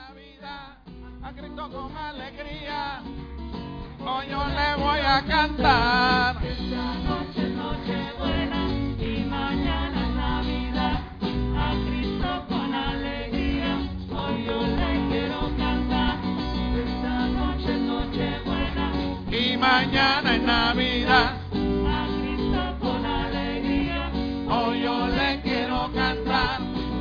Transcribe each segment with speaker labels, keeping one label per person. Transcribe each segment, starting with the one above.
Speaker 1: Navidad, a Cristo con alegría, hoy yo le voy a cantar.
Speaker 2: Esta noche es Nochebuena y mañana es Navidad, a Cristo con alegría, hoy yo le quiero cantar. Esta noche es Nochebuena
Speaker 1: Y mañana es Navidad,
Speaker 2: a Cristo con alegría,
Speaker 1: hoy yo le quiero cantar.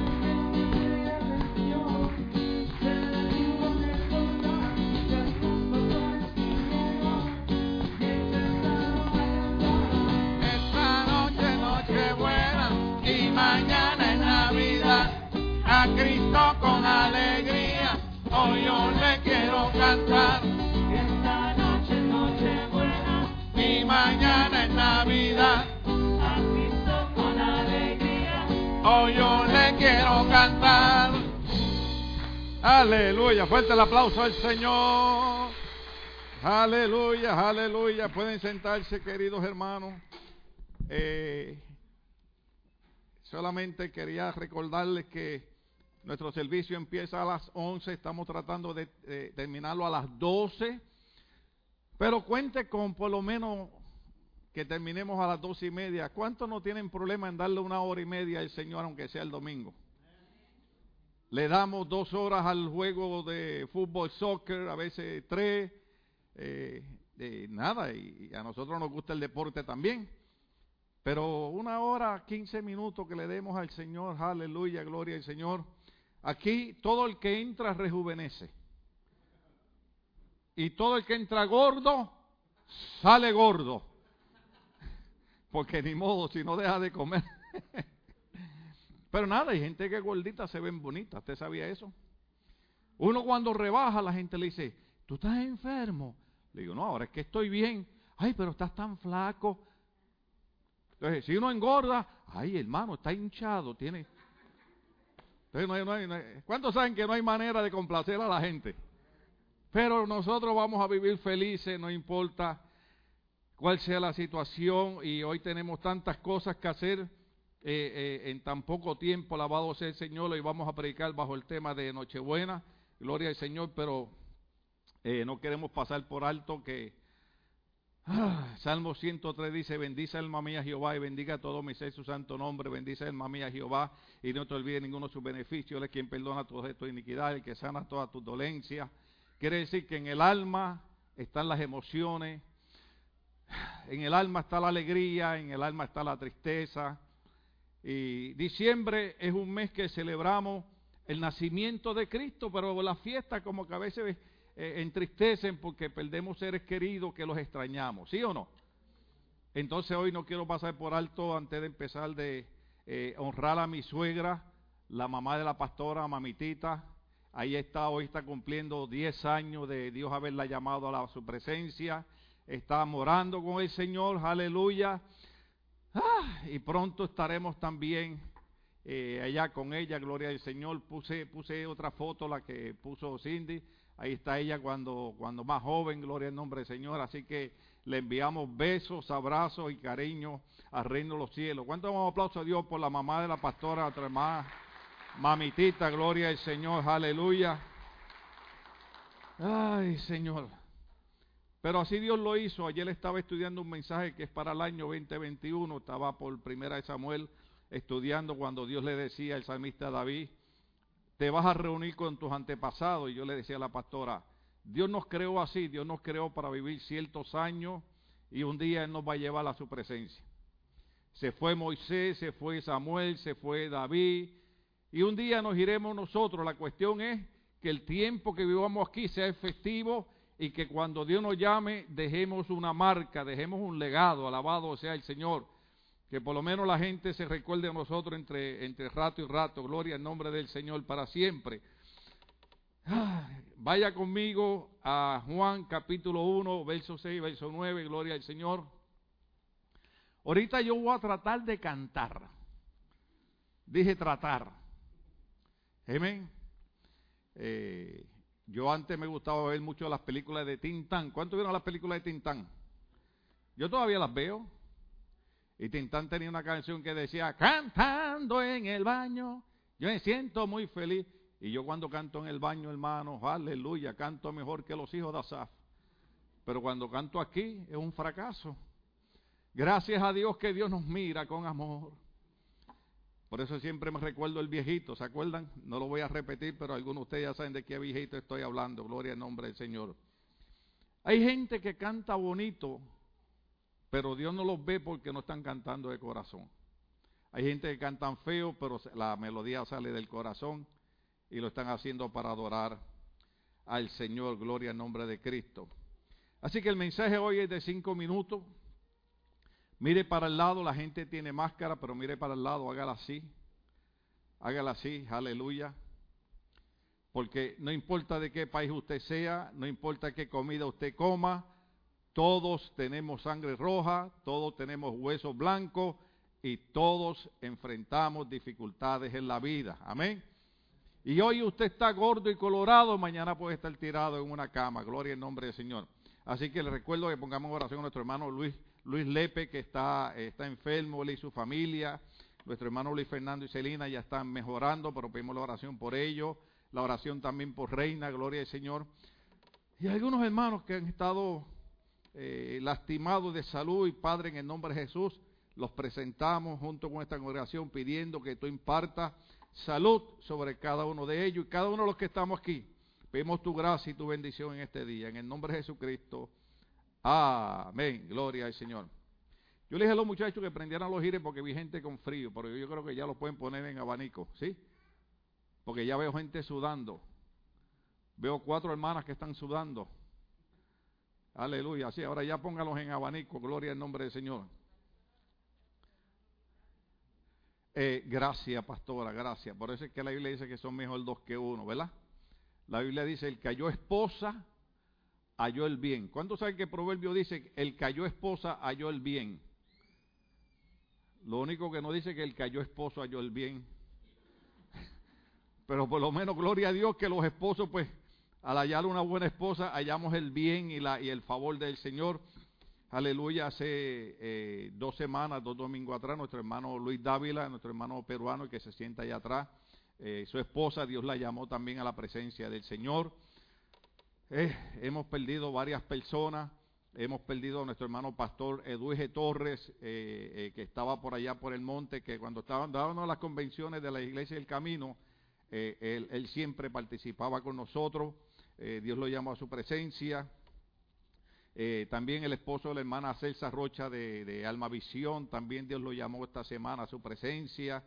Speaker 1: Esta noche es Nochebuena y mañana es Navidad, a Cristo con alegría, hoy yo le quiero cantar.
Speaker 2: Esta noche es Nochebuena
Speaker 1: Y mañana es Navidad,
Speaker 2: a Cristo con alegría.
Speaker 1: hoy yo le quiero cantar. Aleluya, fuerte el aplauso al Señor. Aleluya, aleluya. Pueden sentarse, queridos hermanos. Solamente quería recordarles que nuestro servicio empieza a las 11. Estamos tratando de terminarlo a las 12. Pero cuente con por lo menos que terminemos a las 12:30. ¿Cuántos no tienen problema en darle 1 hora y media al Señor, aunque sea el domingo? Le damos 2 horas al juego de fútbol, soccer, a veces 3. Nada, y a nosotros nos gusta el deporte también. Pero 1 hora, 15 minutos que le demos al Señor, aleluya, gloria al Señor. Aquí todo el que entra rejuvenece. Y todo el que entra gordo, sale gordo. Porque ni modo, si no deja de comer. Pero nada, hay gente que gordita se ven bonitas. ¿Usted sabía eso? Uno cuando rebaja, la gente le dice, ¿tú estás enfermo? Le digo, no, ahora es que estoy bien. Ay, pero estás tan flaco. Entonces, si uno engorda, ay, hermano, está hinchado, tiene... Entonces, ¿cuántos saben que no hay manera de complacer a la gente? Pero nosotros vamos a vivir felices, no importa cuál sea la situación, y hoy tenemos tantas cosas que hacer en tan poco tiempo. Alabado sea el Señor. Hoy vamos a predicar bajo el tema de Nochebuena, gloria al Señor, pero no queremos pasar por alto que Salmo 103 dice, bendice alma mía Jehová y bendiga todo mi ser su santo nombre. Bendice alma mía Jehová y no te olvides ninguno de sus beneficios. Él es quien perdona todas tus iniquidades, el que sana todas tus dolencias. Quiere decir que en el alma están las emociones, en el alma está la alegría, en el alma está la tristeza. Y diciembre es un mes que celebramos el nacimiento de Cristo, pero las fiestas como que a veces entristecen porque perdemos seres queridos que los extrañamos, ¿sí o no? Entonces hoy no quiero pasar por alto, antes de empezar, de honrar a mi suegra, la mamá de la pastora, mamitita. Ahí está, hoy está cumpliendo 10 años de Dios haberla llamado a su presencia. Está morando con el Señor, aleluya. Y pronto estaremos también allá con ella, gloria al Señor. Puse otra foto, la que puso Cindy. Ahí está ella cuando más joven, gloria al nombre del Señor. Así que le enviamos besos, abrazos y cariño al reino de los cielos. ¿Cuánto damos aplauso a Dios por la mamá de la pastora, otra más? Mamitita, gloria al Señor, aleluya. Ay, Señor. Pero así Dios lo hizo. Ayer estaba estudiando un mensaje que es para el año 2021. Estaba por 1 Samuel estudiando cuando Dios le decía al salmista David, te vas a reunir con tus antepasados. Y yo le decía a la pastora, Dios nos creó así, Dios nos creó para vivir ciertos años y un día Él nos va a llevar a su presencia. Se fue Moisés, se fue Samuel, se fue David, y un día nos iremos nosotros. La cuestión es que el tiempo que vivamos aquí sea efectivo y que cuando Dios nos llame dejemos una marca, dejemos un legado, alabado sea el Señor. Que por lo menos la gente se recuerde de nosotros entre rato y rato. Gloria al nombre del Señor para siempre. Vaya conmigo a Juan capítulo 1, verso 6, verso 9, gloria al Señor. Ahorita yo voy a tratar de cantar. Dije tratar. Amén. Yo antes me gustaba ver mucho las películas de Tintán. ¿Cuántos vieron las películas de Tintán? Yo todavía las veo. Y Tintán tenía una canción que decía, cantando en el baño, yo me siento muy feliz. Y yo cuando canto en el baño, hermanos, aleluya, canto mejor que los hijos de Asaf. Pero cuando canto aquí es un fracaso. Gracias a Dios que Dios nos mira con amor. Por eso siempre me recuerdo el viejito, ¿se acuerdan? No lo voy a repetir, pero algunos de ustedes ya saben de qué viejito estoy hablando. Gloria al nombre del Señor. Hay gente que canta bonito, pero Dios no los ve porque no están cantando de corazón. Hay gente que cantan feo, pero la melodía sale del corazón y lo están haciendo para adorar al Señor. Gloria al nombre de Cristo. Así que el mensaje hoy es de 5 minutos. Mire para el lado, la gente tiene máscara, pero mire para el lado, hágala así, aleluya. Porque no importa de qué país usted sea, no importa qué comida usted coma, todos tenemos sangre roja, todos tenemos huesos blancos y todos enfrentamos dificultades en la vida, amén. Y hoy usted está gordo y colorado, mañana puede estar tirado en una cama, gloria al nombre del Señor. Así que le recuerdo que pongamos en oración a nuestro hermano Luis Lepe, que está enfermo, él y su familia. Nuestro hermano Luis Fernando y Celina ya están mejorando, pero pedimos la oración por ellos. La oración también por Reina, gloria al Señor. Y algunos hermanos que han estado lastimados de salud, y Padre, en el nombre de Jesús, los presentamos junto con esta congregación pidiendo que tú impartas salud sobre cada uno de ellos y cada uno de los que estamos aquí. Pedimos tu gracia y tu bendición en este día, en el nombre de Jesucristo. Amén, gloria al Señor. Yo le dije a los muchachos que prendieran los gires porque vi gente con frío, pero yo creo que ya lo pueden poner en abanico, ¿sí? Porque ya veo gente sudando. Veo 4 hermanas que están sudando. Aleluya, sí, ahora ya póngalos en abanico, gloria al nombre del Señor. Gracias, pastora, gracias. Por eso es que la Biblia dice que son mejor 2 que 1, ¿verdad? La Biblia dice, el que halló esposa, halló el bien. ¿Cuántos saben que el proverbio dice, el que halló esposa, halló el bien? Lo único que no dice que el que halló esposo, halló el bien. Pero por lo menos, gloria a Dios, que los esposos, pues, al hallar una buena esposa, hallamos el bien y el favor del Señor. Aleluya, hace 2 semanas, 2 domingos atrás, nuestro hermano Luis Dávila, nuestro hermano peruano, que se sienta allá atrás, su esposa, Dios la llamó también a la presencia del Señor. Hemos perdido varias personas, hemos perdido a nuestro hermano pastor Eduige Torres, que estaba por allá por el monte, que cuando estaban dando las convenciones de la Iglesia del Camino, él siempre participaba con nosotros, Dios lo llamó a su presencia. También el esposo de la hermana Celsa Rocha de Alma Visión, también Dios lo llamó esta semana a su presencia.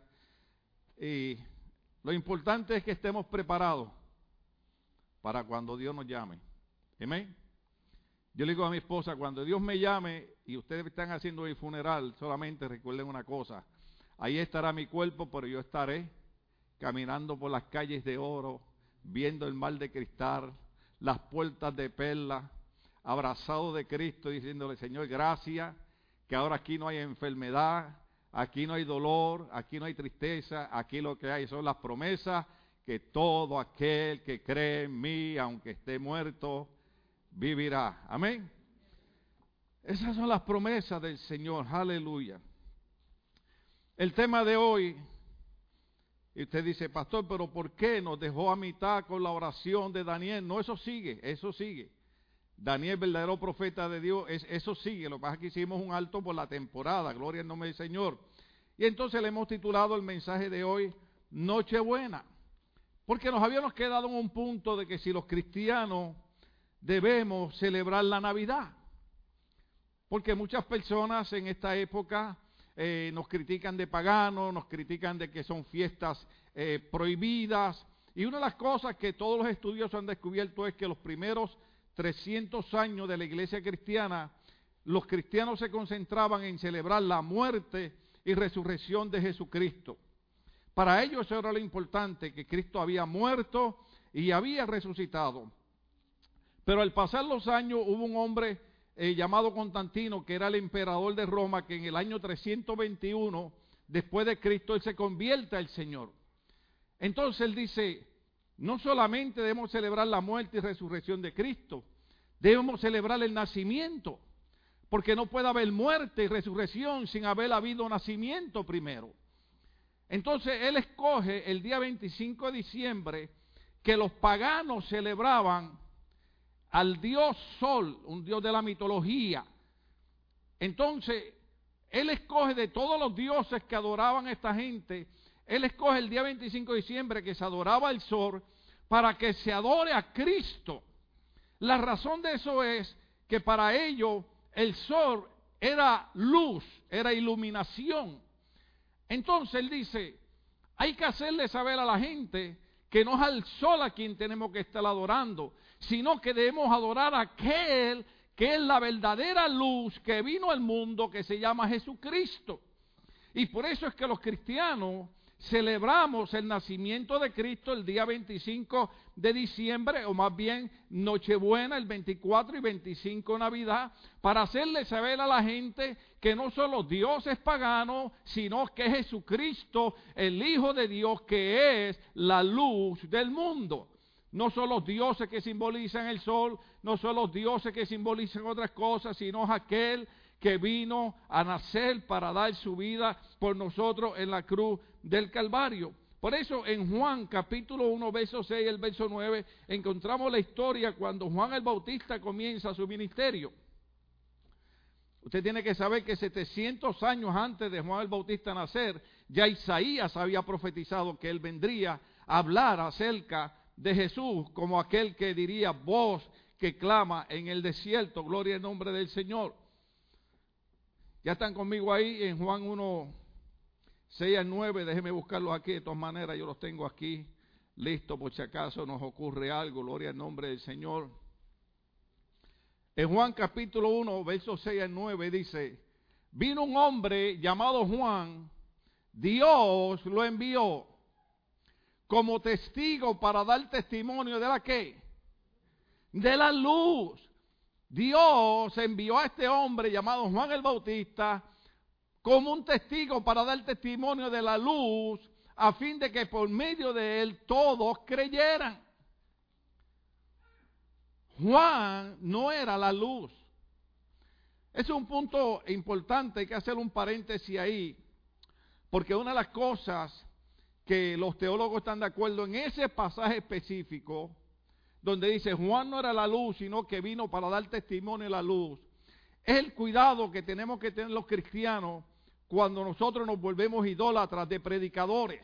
Speaker 1: Y lo importante es que estemos preparados para cuando Dios nos llame. Amén. Yo le digo a mi esposa, cuando Dios me llame y ustedes están haciendo el funeral, solamente recuerden una cosa, ahí estará mi cuerpo, pero yo estaré caminando por las calles de oro, viendo el mar de cristal, las puertas de perla, abrazado de Cristo, diciéndole, Señor, gracias, que ahora aquí no hay enfermedad, aquí no hay dolor, aquí no hay tristeza, aquí lo que hay son las promesas, que todo aquel que cree en mí, aunque esté muerto, vivirá. Amén. Esas son las promesas del Señor, aleluya. El tema de hoy, y usted dice, pastor, pero ¿por qué nos dejó a mitad con la oración de Daniel? No, eso sigue, eso sigue. Daniel, verdadero profeta de Dios, eso sigue. Lo que pasa es que hicimos un alto por la temporada, gloria al nombre del Señor. Y entonces le hemos titulado el mensaje de hoy, Nochebuena. Porque nos habíamos quedado en un punto de que si los cristianos debemos celebrar la Navidad. Porque muchas personas en esta época nos critican de paganos, nos critican de que son fiestas prohibidas. Y una de las cosas que todos los estudiosos han descubierto es que los primeros 300 años de la iglesia cristiana, los cristianos se concentraban en celebrar la muerte y resurrección de Jesucristo. Para ellos eso era lo importante, que Cristo había muerto y había resucitado. Pero al pasar los años hubo un hombre llamado Constantino, que era el emperador de Roma, que en el año 321, después de Cristo, él se convierte al Señor. Entonces él dice, no solamente debemos celebrar la muerte y resurrección de Cristo, debemos celebrar el nacimiento, porque no puede haber muerte y resurrección sin haber habido nacimiento primero. Entonces él escoge el día 25 de diciembre que los paganos celebraban al dios Sol, un dios de la mitología. Entonces, él escoge de todos los dioses que adoraban a esta gente, él escoge el día 25 de diciembre que se adoraba el sol para que se adore a Cristo. La razón de eso es que para ellos el sol era luz, era iluminación. Entonces él dice, hay que hacerle saber a la gente que no es al sol a quien tenemos que estar adorando, sino que debemos adorar a aquel que es la verdadera luz que vino al mundo, que se llama Jesucristo. Y por eso es que los cristianos celebramos el nacimiento de Cristo el día 25 de diciembre, o más bien Nochebuena, el 24 y 25 Navidad, para hacerle saber a la gente que no son los dioses paganos, sino que es Jesucristo, el Hijo de Dios, que es la luz del mundo. No son los dioses que simbolizan el sol, no son los dioses que simbolizan otras cosas, sino es aquel que vino a nacer para dar su vida por nosotros en la cruz del Calvario. Por eso en Juan capítulo 1, verso 6, el verso 9, encontramos la historia cuando Juan el Bautista comienza su ministerio. Usted tiene que saber que 700 años antes de Juan el Bautista nacer, ya Isaías había profetizado que él vendría a hablar acerca de Jesús como aquel que diría voz que clama en el desierto, gloria al nombre del Señor. Ya están conmigo ahí en Juan 1, 6 al 9, déjenme buscarlos aquí, de todas maneras yo los tengo aquí, listos por si acaso nos ocurre algo, gloria al nombre del Señor. En Juan capítulo 1, versos 6 al 9 dice, vino un hombre llamado Juan, Dios lo envió como testigo para dar testimonio de la ¿qué? De la luz. Dios envió a este hombre llamado Juan el Bautista como un testigo para dar testimonio de la luz, a fin de que por medio de él todos creyeran. Juan no era la luz. Ese es un punto importante, hay que hacer un paréntesis ahí, porque una de las cosas que los teólogos están de acuerdo en ese pasaje específico, donde dice Juan no era la luz, sino que vino para dar testimonio de la luz, es el cuidado que tenemos que tener los cristianos cuando nosotros nos volvemos idólatras de predicadores.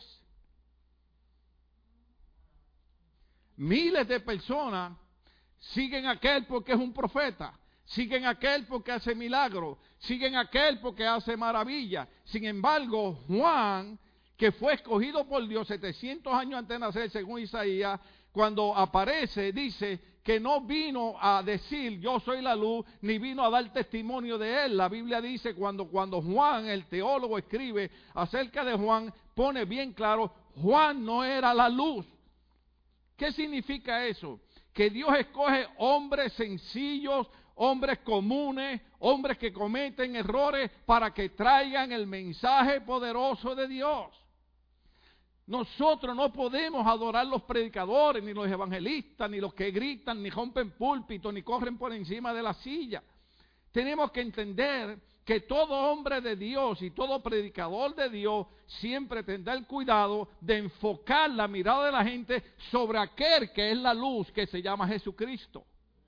Speaker 1: Miles de personas siguen a aquel porque es un profeta, siguen a aquel porque hace milagros, siguen a aquel porque hace maravillas. Sin embargo, Juan, que fue escogido por Dios 700 años antes de nacer, según Isaías, cuando aparece, dice que no vino a decir yo soy la luz, ni vino a dar testimonio de él. La Biblia dice cuando Juan, el teólogo, escribe acerca de Juan, pone bien claro, Juan no era la luz. ¿Qué significa eso? Que Dios escoge hombres sencillos, hombres comunes, hombres que cometen errores para que traigan el mensaje poderoso de Dios. Nosotros no podemos adorar los predicadores, ni los evangelistas, ni los que gritan, ni rompen púlpito, ni corren por encima de la silla. Tenemos que entender que todo hombre de Dios y todo predicador de Dios siempre tendrá el cuidado de enfocar la mirada de la gente sobre aquel que es la luz, que se llama Jesucristo.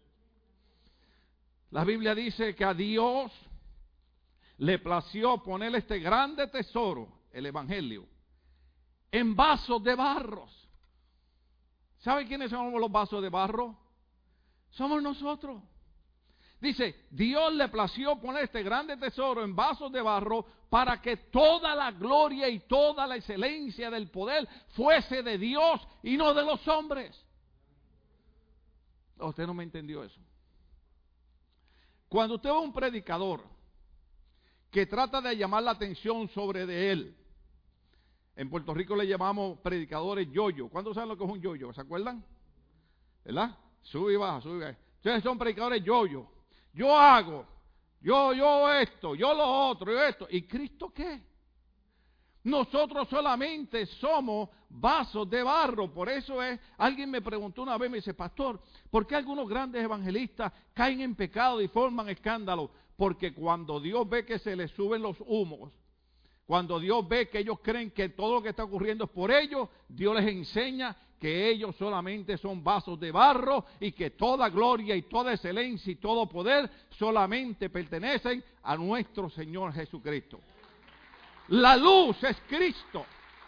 Speaker 1: La Biblia dice que a Dios le plació poner este grande tesoro, el Evangelio, en vasos de barros. ¿Sabe quiénes somos los vasos de barro? Somos nosotros. Dice, Dios le plació poner este grande tesoro en vasos de barro para que toda la gloria y toda la excelencia del poder fuese de Dios y no de los hombres. Usted no me entendió eso. Cuando usted ve a un predicador que trata de llamar la atención sobre de él, en Puerto Rico le llamamos predicadores yoyo. ¿Cuántos saben lo que es un yoyo? ¿Se acuerdan? ¿Verdad? Sube y baja, sube y baja. Ustedes son predicadores yoyo. Yo hago, yo esto, yo lo otro, yo esto. ¿Y Cristo qué? Nosotros solamente somos vasos de barro. Por eso es, alguien me preguntó una vez, me dice, pastor, ¿por qué algunos grandes evangelistas caen en pecado y forman escándalo? Porque cuando Dios ve que se les suben los humos, Cuando Dios ve que ellos creen que todo lo que está ocurriendo es por ellos, Dios les enseña que ellos solamente son vasos de barro y que toda gloria y toda excelencia y todo poder solamente pertenecen a nuestro Señor Jesucristo. La luz es Cristo.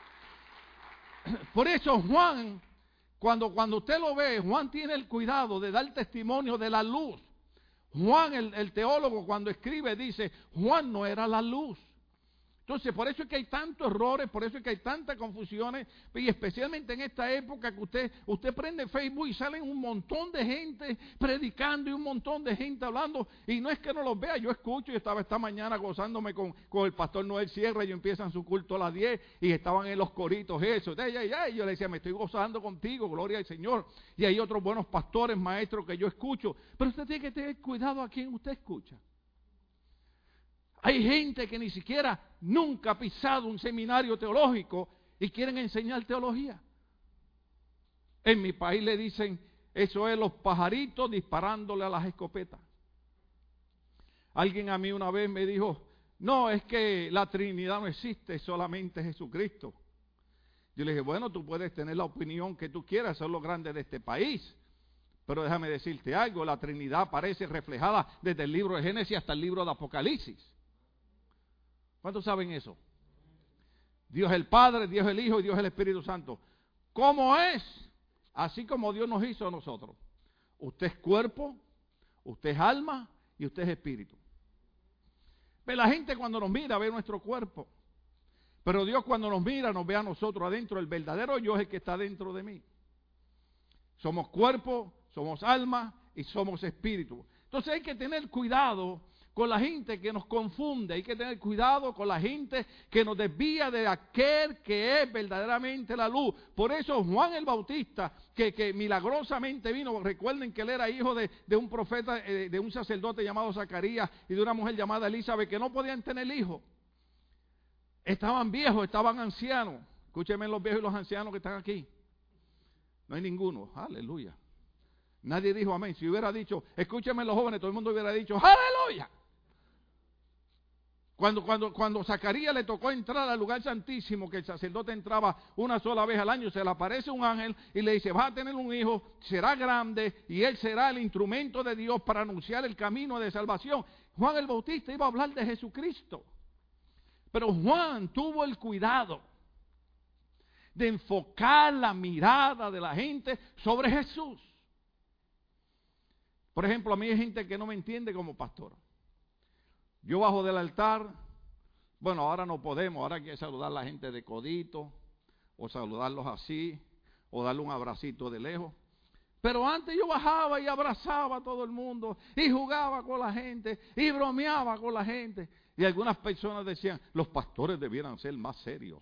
Speaker 1: Por eso Juan, cuando usted lo ve, Juan tiene el cuidado de dar testimonio de la luz. Juan, el teólogo, cuando escribe, dice, Juan no era la luz. Entonces, por eso es que hay tantos errores, por eso es que hay tantas confusiones, y especialmente en esta época que usted prende Facebook y salen un montón de gente predicando y un montón de gente hablando, y no es que no los vea, yo escucho, yo estaba esta mañana gozándome con el pastor Noel Sierra, ellos empiezan su culto a las 10, y estaban en los coritos eso, y yo le decía, me estoy gozando contigo, gloria al Señor, y hay otros buenos pastores, maestros que yo escucho, pero usted tiene que tener cuidado a quien usted escucha. Hay gente que ni siquiera nunca ha pisado un seminario teológico y quieren enseñar teología. En mi país le dicen, eso es los pajaritos disparándole a las escopetas. Alguien a mí una vez me dijo, no, es que la Trinidad no existe, solamente Jesucristo. Yo le dije, bueno, tú puedes tener la opinión que tú quieras, son los grandes de este país. Pero déjame decirte algo, la Trinidad aparece reflejada desde el libro de Génesis hasta el libro de Apocalipsis. ¿Cuántos saben eso? Dios el Padre, Dios el Hijo y Dios el Espíritu Santo. ¿Cómo es? Así como Dios nos hizo a nosotros. Usted es cuerpo, usted es alma y usted es espíritu. Ve, la gente cuando nos mira ve nuestro cuerpo. Pero Dios cuando nos mira nos ve a nosotros adentro. El verdadero yo es el que está dentro de mí. Somos cuerpo, somos alma y somos espíritu. Entonces hay que tener cuidado con la gente que nos confunde, hay que tener cuidado con la gente que nos desvía de aquel que es verdaderamente la luz. Por eso Juan el Bautista, que milagrosamente vino, recuerden que él era hijo de un profeta, de un sacerdote llamado Zacarías y de una mujer llamada Elizabeth, que no podían tener hijos. Estaban viejos, estaban ancianos. Escúchenme los viejos y los ancianos que están aquí. No hay ninguno, aleluya. Nadie dijo amén. Si hubiera dicho, escúchenme los jóvenes, todo el mundo hubiera dicho, aleluya. Cuando Zacarías le tocó entrar al lugar santísimo, que el sacerdote entraba una sola vez al año, se le aparece un ángel y le dice, vas a tener un hijo, será grande y él será el instrumento de Dios para anunciar el camino de salvación. Juan el Bautista iba a hablar de Jesucristo. Pero Juan tuvo el cuidado de enfocar la mirada de la gente sobre Jesús. Por ejemplo, a mí hay gente que no me entiende como pastor. Yo bajo del altar, bueno, ahora no podemos, ahora hay que saludar a la gente de codito, o saludarlos así, o darle un abracito de lejos. Pero antes yo bajaba y abrazaba a todo el mundo, y jugaba con la gente, y bromeaba con la gente. Y algunas personas decían, los pastores debieran ser más serios.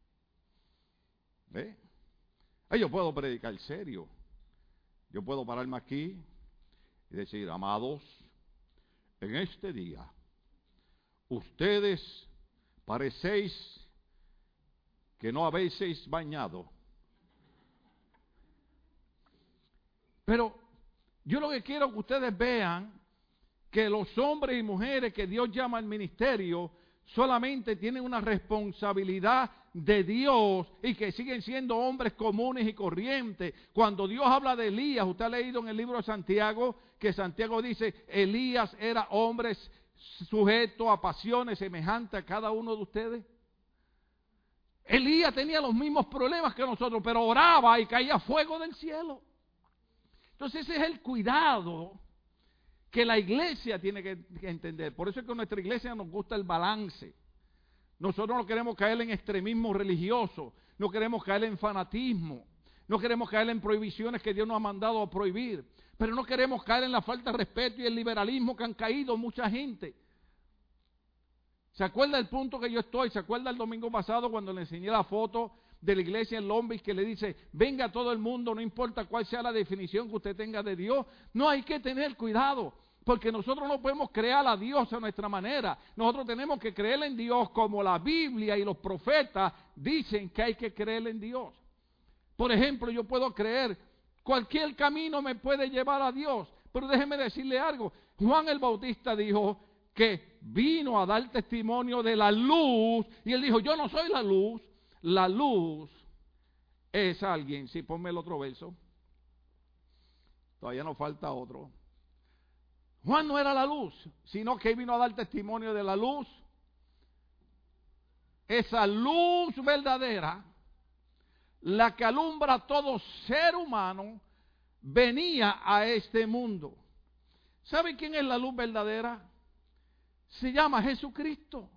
Speaker 1: ¿Ve? Yo puedo predicar serio. Yo puedo pararme aquí y decir, amados, en este día, ustedes parecéis que no habéis bañado. Pero yo lo que quiero que ustedes vean, que los hombres y mujeres que Dios llama al ministerio, solamente tienen una responsabilidad de Dios y que siguen siendo hombres comunes y corrientes. Cuando Dios habla de Elías, usted ha leído en el libro de Santiago, que Santiago dice, Elías era hombre sujeto a pasiones semejantes a cada uno de ustedes. Elías tenía los mismos problemas que nosotros, pero oraba y caía fuego del cielo. Entonces ese es el cuidado que la iglesia tiene que entender. Por eso es que en nuestra iglesia nos gusta el balance. Nosotros no queremos caer en extremismo religioso, no queremos caer en fanatismo, no queremos caer en prohibiciones que Dios nos ha mandado a prohibir, pero no queremos caer en la falta de respeto y el liberalismo que han caído mucha gente. ¿Se acuerda el punto que yo estoy? ¿Se acuerda el domingo pasado cuando le enseñé la foto de la iglesia en Long Beach que le dice, venga todo el mundo, no importa cuál sea la definición que usted tenga de Dios? No, hay que tener cuidado, porque nosotros no podemos crear a Dios a nuestra manera. Nosotros tenemos que creer en Dios como la Biblia y los profetas dicen que hay que creer en Dios. Por ejemplo, yo puedo creer, cualquier camino me puede llevar a Dios, pero déjeme decirle algo. Juan el Bautista dijo que vino a dar testimonio de la luz, y él dijo, yo no soy la luz es alguien. Sí, ponme el otro verso, todavía nos falta otro. Juan no era la luz, sino que vino a dar testimonio de la luz. Esa luz verdadera, la que alumbra a todo ser humano, venía a este mundo. ¿Sabe quién es la luz verdadera? Se llama Jesucristo.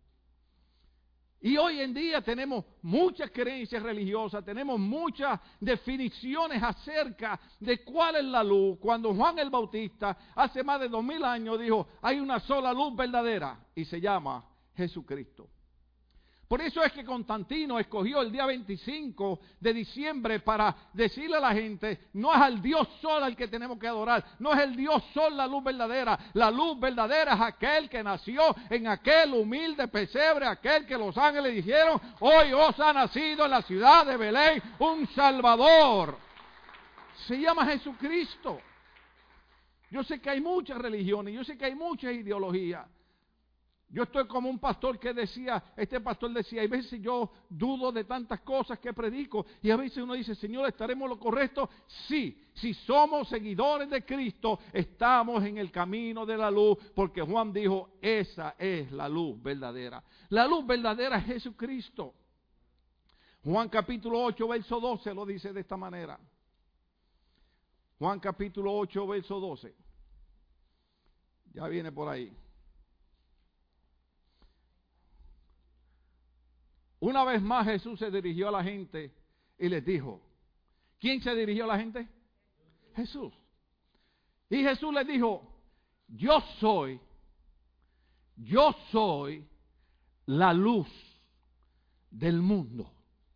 Speaker 1: Y hoy en día tenemos muchas creencias religiosas, tenemos muchas definiciones acerca de cuál es la luz. Cuando Juan el Bautista, hace más de 2000 años, dijo, hay una sola luz verdadera y se llama Jesucristo. Por eso es que Constantino escogió el día 25 de diciembre para decirle a la gente, no es al Dios Sol al que tenemos que adorar, no es el Dios Sol la luz verdadera. La luz verdadera es aquel que nació en aquel humilde pesebre, aquel que los ángeles dijeron, hoy os ha nacido en la ciudad de Belén un Salvador. Se llama Jesucristo. Yo sé que hay muchas religiones, yo sé que hay muchas ideologías. Yo estoy como un pastor que decía, este pastor decía, hay veces yo dudo de tantas cosas que predico, y a veces uno dice, Señor, ¿estaremos lo correcto? Sí, si somos seguidores de Cristo, estamos en el camino de la luz, porque Juan dijo, esa es la luz verdadera. La luz verdadera es Jesucristo. Juan capítulo 8, verso 12 lo dice de esta manera. Juan capítulo 8, verso 12. Ya viene por ahí. Una vez más Jesús se dirigió a la gente y les dijo, ¿quién se dirigió a la gente? Jesús. Y Jesús les dijo, yo soy la luz del mundo.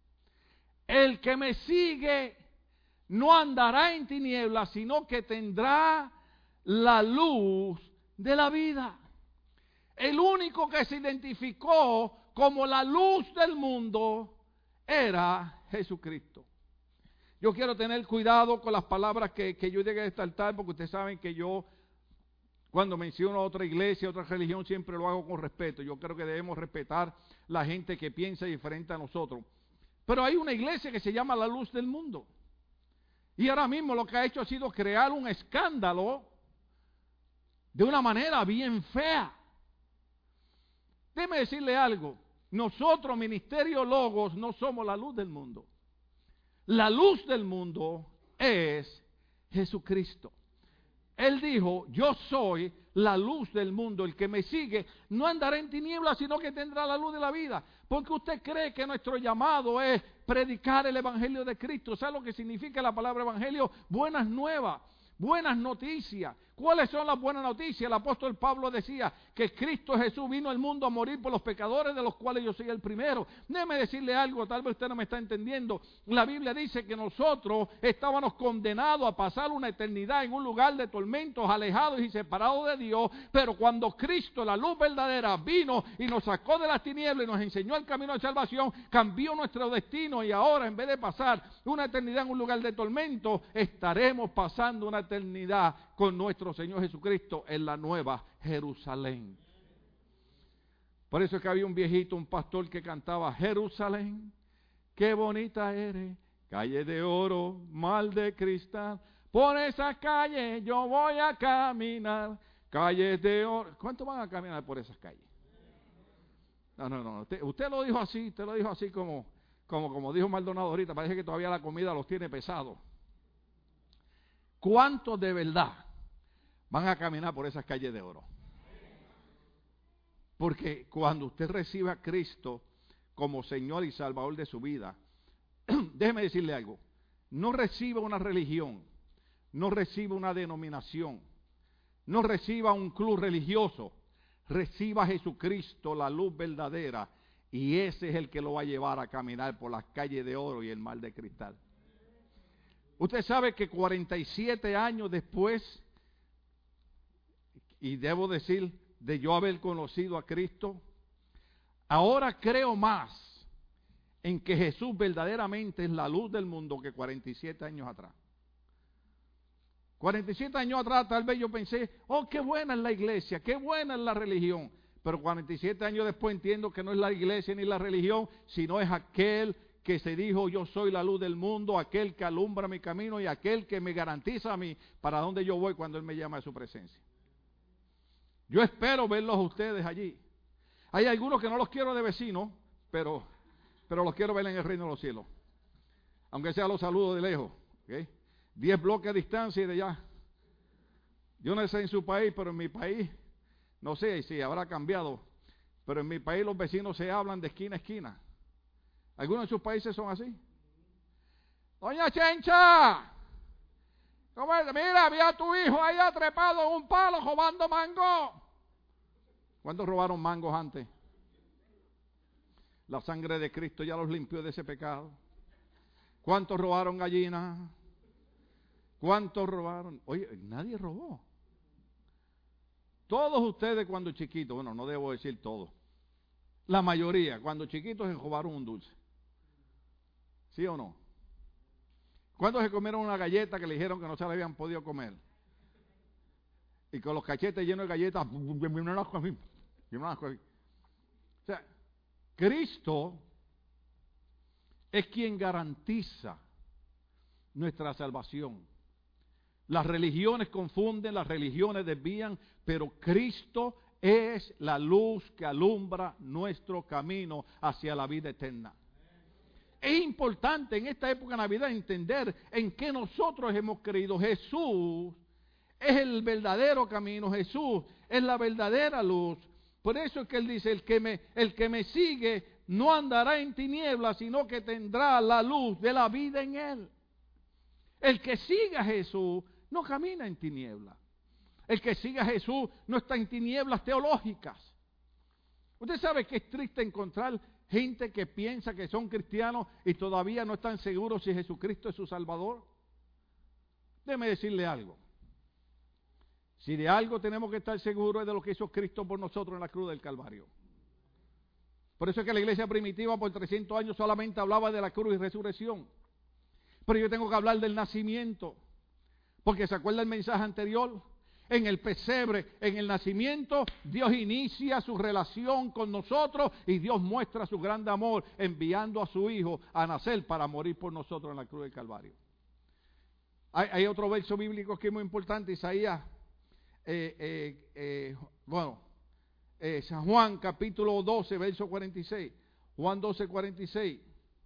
Speaker 1: El que me sigue no andará en tinieblas, sino que tendrá la luz de la vida. El único que se identificó como la luz del mundo era Jesucristo. Yo quiero tener cuidado con las palabras que yo llegue a destacar, porque ustedes saben que yo, cuando menciono a otra iglesia, otra religión, siempre lo hago con respeto. Yo creo que debemos respetar la gente que piensa diferente a nosotros. Pero hay una iglesia que se llama la luz del mundo. Y ahora mismo lo que ha hecho ha sido crear un escándalo de una manera bien fea. Déjeme decirle algo. Nosotros, Ministerio Logos, no somos la luz del mundo. La luz del mundo es Jesucristo. Él dijo, yo soy la luz del mundo. El que me sigue no andará en tinieblas, sino que tendrá la luz de la vida. Porque usted cree que nuestro llamado es predicar el Evangelio de Cristo. ¿Sabe lo que significa la palabra Evangelio? Buenas nuevas, buenas noticias. ¿Cuáles son las buenas noticias? El apóstol Pablo decía que Cristo Jesús vino al mundo a morir por los pecadores, de los cuales yo soy el primero. Déjeme decirle algo, tal vez usted no me está entendiendo. La Biblia dice que nosotros estábamos condenados a pasar una eternidad en un lugar de tormentos, alejados y separados de Dios, pero cuando Cristo, la luz verdadera, vino y nos sacó de las tinieblas y nos enseñó el camino de salvación, cambió nuestro destino, y ahora, en vez de pasar una eternidad en un lugar de tormento, estaremos pasando una eternidad con nuestro Señor Jesucristo en la nueva Jerusalén. Por eso es que había un viejito, un pastor que cantaba, Jerusalén, qué bonita eres, calle de oro, mar de cristal, por esa calle yo voy a caminar, calles de oro. ¿Cuántos van a caminar por esas calles? No. Usted lo dijo así, como dijo Maldonado ahorita, parece que todavía la comida los tiene pesados. ¿Cuántos de verdad van a caminar por esas calles de oro? Porque cuando usted reciba a Cristo como Señor y Salvador de su vida, déjeme decirle algo, no reciba una religión, no reciba una denominación, no reciba un club religioso, reciba a Jesucristo, la luz verdadera, y ese es el que lo va a llevar a caminar por las calles de oro y el mar de cristal. Usted sabe que 47 años después, y debo decir, de yo haber conocido a Cristo, ahora creo más en que Jesús verdaderamente es la luz del mundo que 47 años atrás. 47 años atrás tal vez yo pensé, oh, qué buena es la iglesia, qué buena es la religión. Pero 47 años después entiendo que no es la iglesia ni la religión, sino es aquel que se dijo, yo soy la luz del mundo, aquel que alumbra mi camino y aquel que me garantiza a mí para dónde yo voy cuando Él me llama a su presencia. Yo espero verlos a ustedes allí. Hay algunos que no los quiero de vecinos, pero los quiero ver en el reino de los cielos. Aunque sea los saludos de lejos. ¿Okay? 10 bloques de distancia y de allá. Yo no sé en su país, pero en mi país, no sé si habrá cambiado, pero en mi país los vecinos se hablan de esquina a esquina. ¿Algunos de sus países son así? Doña Chencha, ¿cómo es? Mira, vi a tu hijo allá trepado en un palo robando mango. ¿Cuántos robaron mangos antes? La sangre de Cristo ya los limpió de ese pecado. ¿Cuántos robaron gallinas? ¿Cuántos robaron? Oye, nadie robó. Todos ustedes cuando chiquitos, bueno, no debo decir todos, la mayoría, cuando chiquitos se robaron un dulce. ¿Sí o no? ¿Cuántos se comieron una galleta que le dijeron que no se la habían podido comer? Y con los cachetes llenos de galletas, o sea, Cristo es quien garantiza nuestra salvación. Las religiones confunden, las religiones desvían, pero Cristo es la luz que alumbra nuestro camino hacia la vida eterna. Es importante en esta época de Navidad entender en qué nosotros hemos creído. Jesús es el verdadero camino, Jesús es la verdadera luz. Por eso es que Él dice, el que me sigue no andará en tinieblas, sino que tendrá la luz de la vida en Él. El que siga a Jesús no camina en tinieblas. El que siga a Jesús no está en tinieblas teológicas. Usted sabe que es triste encontrar gente que piensa que son cristianos y todavía no están seguros si Jesucristo es su Salvador. Déjeme decirle algo. Si de algo tenemos que estar seguros es de lo que hizo Cristo por nosotros en la cruz del Calvario. Por eso es que la iglesia primitiva por 300 años solamente hablaba de la cruz y resurrección. Pero yo tengo que hablar del nacimiento. Porque ¿se acuerda el mensaje anterior? En el pesebre, en el nacimiento, Dios inicia su relación con nosotros y Dios muestra su grande amor enviando a su Hijo a nacer para morir por nosotros en la cruz del Calvario. Hay otro verso bíblico que es muy importante, Isaías, San Juan capítulo 12, verso 46. Juan 12, 46.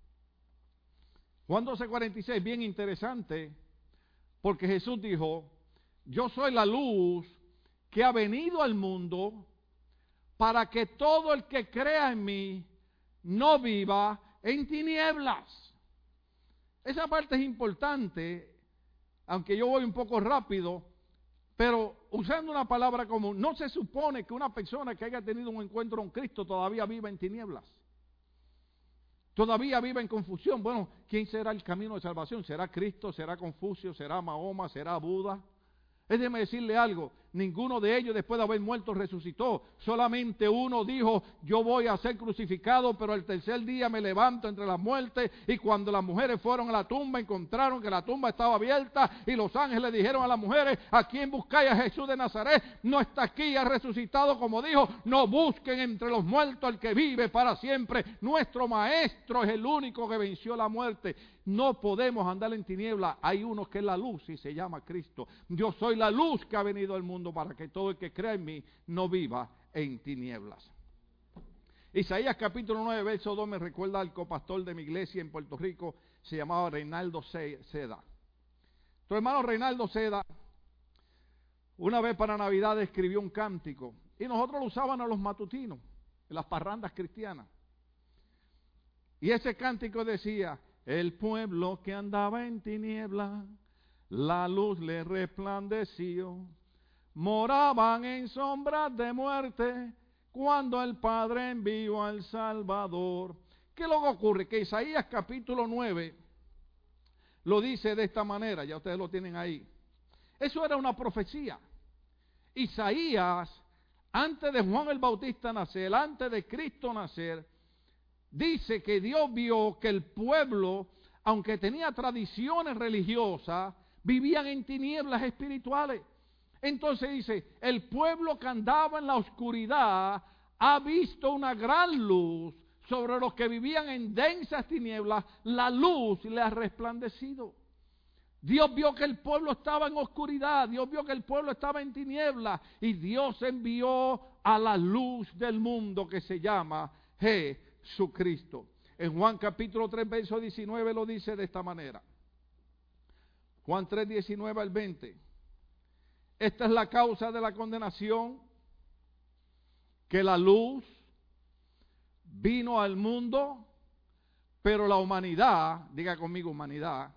Speaker 1: Juan 12, 46, bien interesante, porque Jesús dijo, yo soy la luz que ha venido al mundo para que todo el que crea en mí no viva en tinieblas. Esa parte es importante, aunque yo voy un poco rápido, pero usando una palabra común, no se supone que una persona que haya tenido un encuentro con Cristo todavía viva en tinieblas. Todavía vive en confusión. Bueno, ¿quién será el camino de salvación? ¿Será Cristo? ¿Será Confucio? ¿Será Mahoma? ¿Será Buda? Déjeme decirle algo, ninguno de ellos después de haber muerto resucitó. Solamente uno dijo, yo voy a ser crucificado, pero el tercer día me levanto entre las muertes. Y cuando las mujeres fueron a la tumba, encontraron que la tumba estaba abierta. Y los ángeles dijeron a las mujeres, ¿a quién buscáis? A Jesús de Nazaret. No está aquí, ha resucitado como dijo. No busquen entre los muertos al que vive para siempre. Nuestro maestro es el único que venció la muerte. No podemos andar en tinieblas. Hay uno que es la luz y se llama Cristo. Yo soy la luz que ha venido al mundo para que todo el que crea en mí no viva en tinieblas. Isaías capítulo 9, verso 2 me recuerda al copastor de mi iglesia en Puerto Rico, se llamaba Reinaldo Seda. Tu hermano Reinaldo Seda, una vez para Navidad escribió un cántico y nosotros lo usábamos en los matutinos, en las parrandas cristianas. Y ese cántico decía, el pueblo que andaba en tinieblas, la luz le resplandeció. Moraban en sombras de muerte cuando el Padre envió al Salvador. ¿Qué luego ocurre? Que Isaías capítulo 9 lo dice de esta manera, ya ustedes lo tienen ahí. Eso era una profecía. Isaías, antes de Juan el Bautista nacer, antes de Cristo nacer, dice que Dios vio que el pueblo, aunque tenía tradiciones religiosas, vivían en tinieblas espirituales. Entonces dice, el pueblo que andaba en la oscuridad ha visto una gran luz. Sobre los que vivían en densas tinieblas, la luz le ha resplandecido. Dios vio que el pueblo estaba en oscuridad, Dios vio que el pueblo estaba en tinieblas, y Dios envió a la luz del mundo que se llama Jesucristo. En Juan capítulo 3, verso 19 lo dice de esta manera. Juan 3, 19 al 20. Esta es la causa de la condenación, que la luz vino al mundo, pero la humanidad, diga conmigo humanidad,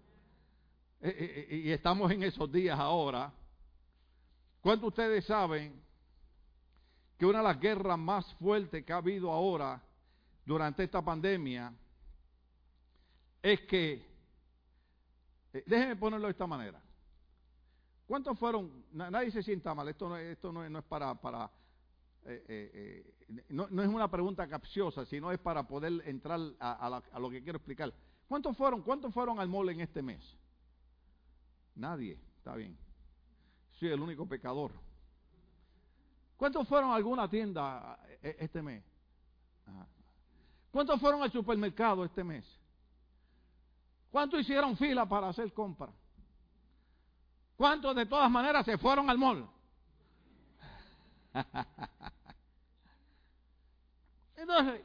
Speaker 1: y estamos en esos días ahora. ¿Cuántos de ustedes saben que una de las guerras más fuertes que ha habido ahora durante esta pandemia es que, déjenme ponerlo de esta manera, ¿cuántos fueron? Nadie se sienta mal, esto no es para no es una pregunta capciosa, sino es para poder entrar a lo que quiero explicar. ¿Cuántos fueron al mall en este mes? Nadie, está bien. Soy el único pecador. ¿Cuántos fueron a alguna tienda este mes? ¿Cuántos fueron al supermercado este mes? ¿Cuántos hicieron fila para hacer compras? ¿Cuántos de todas maneras se fueron al mall? Entonces,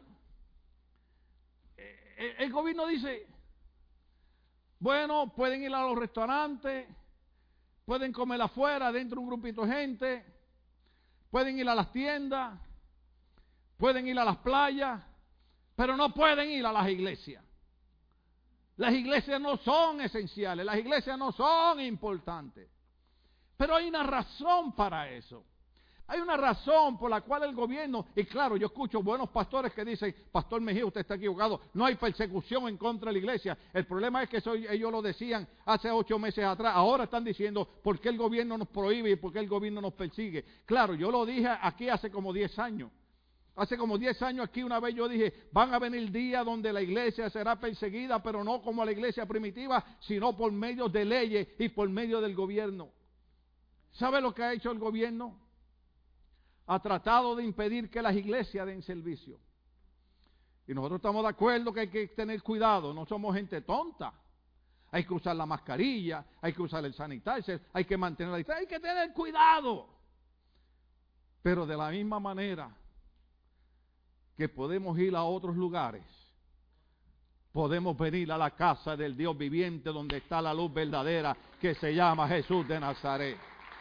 Speaker 1: el gobierno dice, bueno, pueden ir a los restaurantes, pueden comer afuera, dentro de un grupito de gente, pueden ir a las tiendas, pueden ir a las playas, pero no pueden ir a las iglesias. Las iglesias no son esenciales, las iglesias no son importantes. Pero hay una razón para eso. Hay una razón por la cual el gobierno, y claro, yo escucho buenos pastores que dicen, Pastor Mejía, usted está equivocado, no hay persecución en contra de la iglesia. El problema es que ellos lo decían hace 8 meses atrás, ahora están diciendo, ¿por qué el gobierno nos prohíbe y por qué el gobierno nos persigue? Claro, yo lo dije aquí hace como 10 años. Hace como 10 años aquí una vez yo dije, van a venir días donde la iglesia será perseguida, pero no como la iglesia primitiva, sino por medio de leyes y por medio del gobierno. ¿Sabe lo que ha hecho el gobierno? Ha tratado de impedir que las iglesias den servicio. Y nosotros estamos de acuerdo que hay que tener cuidado, no somos gente tonta. Hay que usar la mascarilla, hay que usar el sanitizer, hay que mantener la distancia, hay que tener cuidado. Pero de la misma manera que podemos ir a otros lugares, podemos venir a la casa del Dios viviente donde está la luz verdadera que se llama Jesús de Nazaret.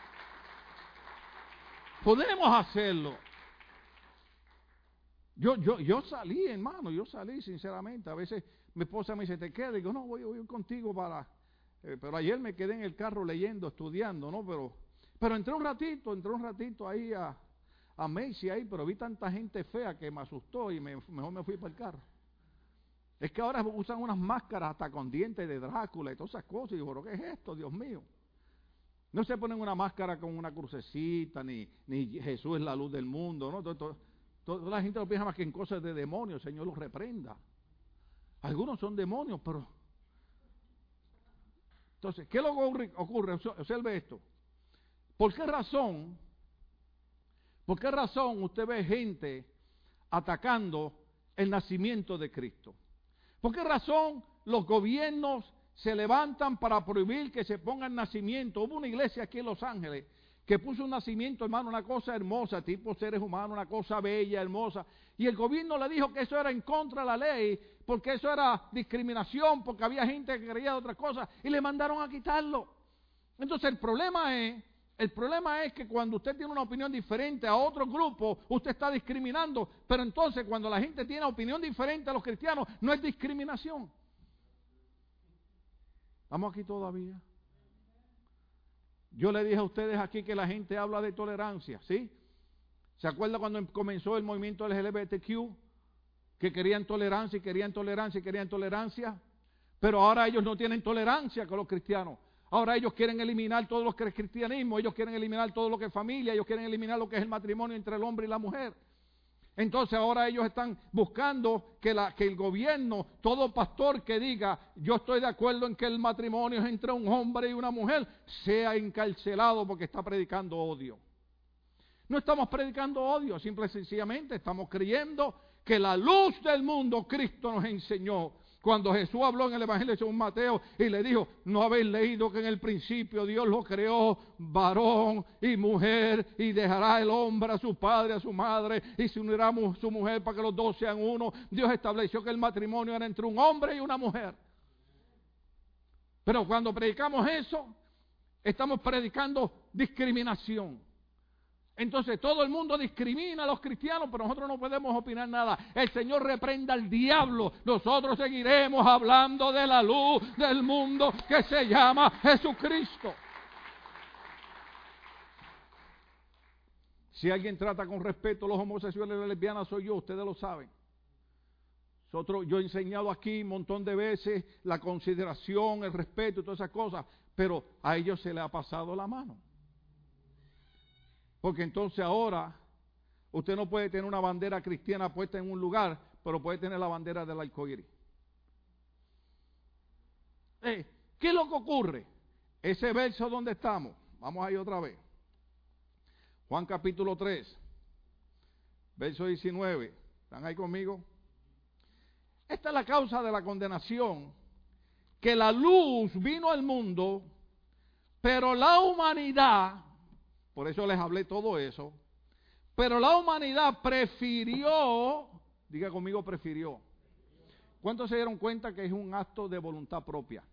Speaker 1: Podemos hacerlo. Yo salí, hermano, sinceramente. A veces mi esposa me dice, ¿te quedas? Digo, no, voy contigo para... pero ayer me quedé en el carro leyendo, estudiando, ¿no? Pero entré un ratito ahí a Macy ahí, pero vi tanta gente fea que me asustó y mejor me fui para el carro. Es que ahora usan unas máscaras hasta con dientes de Drácula y todas esas cosas. Y digo, ¿pero qué es esto, Dios mío? No se ponen una máscara con una crucecita, ni Jesús es la luz del mundo, ¿no? Toda la gente lo piensa más que en cosas de demonios, el Señor los reprenda. Algunos son demonios, pero... Entonces, ¿qué lo ocurre? Observe esto. ¿Por qué razón usted ve gente atacando el nacimiento de Cristo? ¿Por qué razón los gobiernos se levantan para prohibir que se ponga el nacimiento? Hubo una iglesia aquí en Los Ángeles que puso un nacimiento, hermano, una cosa hermosa, tipo seres humanos, una cosa bella, hermosa, y el gobierno le dijo que eso era en contra de la ley, porque eso era discriminación, porque había gente que creía de otras cosas, y le mandaron a quitarlo. Entonces el problema es que cuando usted tiene una opinión diferente a otro grupo, usted está discriminando, pero entonces cuando la gente tiene opinión diferente a los cristianos, no es discriminación. ¿Estamos aquí todavía? Yo le dije a ustedes aquí que la gente habla de tolerancia, ¿sí? ¿Se acuerda cuando comenzó el movimiento LGBTQ? Que querían tolerancia y querían tolerancia y querían tolerancia. Pero ahora ellos no tienen tolerancia con los cristianos. Ahora ellos quieren eliminar todo lo que es cristianismo, ellos quieren eliminar todo lo que es familia, ellos quieren eliminar lo que es el matrimonio entre el hombre y la mujer. Entonces ahora ellos están buscando que el gobierno, todo pastor que diga, yo estoy de acuerdo en que el matrimonio es entre un hombre y una mujer, sea encarcelado porque está predicando odio. No estamos predicando odio, simple y sencillamente estamos creyendo que la luz del mundo Cristo nos enseñó. Cuando Jesús habló en el Evangelio de San Mateo y le dijo, no habéis leído que en el principio Dios lo creó varón y mujer, y dejará el hombre a su padre, a su madre, y se unirá a su mujer para que los dos sean uno. Dios estableció que el matrimonio era entre un hombre y una mujer. Pero cuando predicamos eso, estamos predicando discriminación. Entonces todo el mundo discrimina a los cristianos, pero nosotros no podemos opinar nada. El Señor reprenda al diablo. Nosotros seguiremos hablando de la luz del mundo que se llama Jesucristo. Si alguien trata con respeto a los homosexuales y las lesbianas, soy yo, ustedes lo saben. Yo he enseñado aquí un montón de veces la consideración, el respeto y todas esas cosas, pero a ellos se les ha pasado la mano. Porque entonces ahora usted no puede tener una bandera cristiana puesta en un lugar, pero puede tener la bandera del arcoíris. ¿Qué es lo que ocurre? Ese verso donde estamos, vamos ahí otra vez. Juan capítulo 3, verso 19. ¿Están ahí conmigo? Esta es la causa de la condenación, que la luz vino al mundo, pero la humanidad... Por eso les hablé todo eso. Pero la humanidad prefirió, diga conmigo, prefirió. ¿Cuántos se dieron cuenta que es un acto de voluntad propia?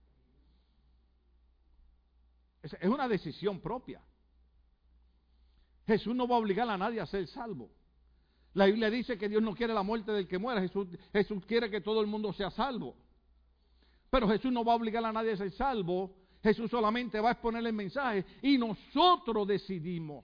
Speaker 1: Es una decisión propia. Jesús no va a obligar a nadie a ser salvo. La Biblia dice que Dios no quiere la muerte del que muera. Jesús quiere que todo el mundo sea salvo. Pero Jesús no va a obligar a nadie a ser salvo. Jesús solamente va a exponer el mensaje y nosotros decidimos.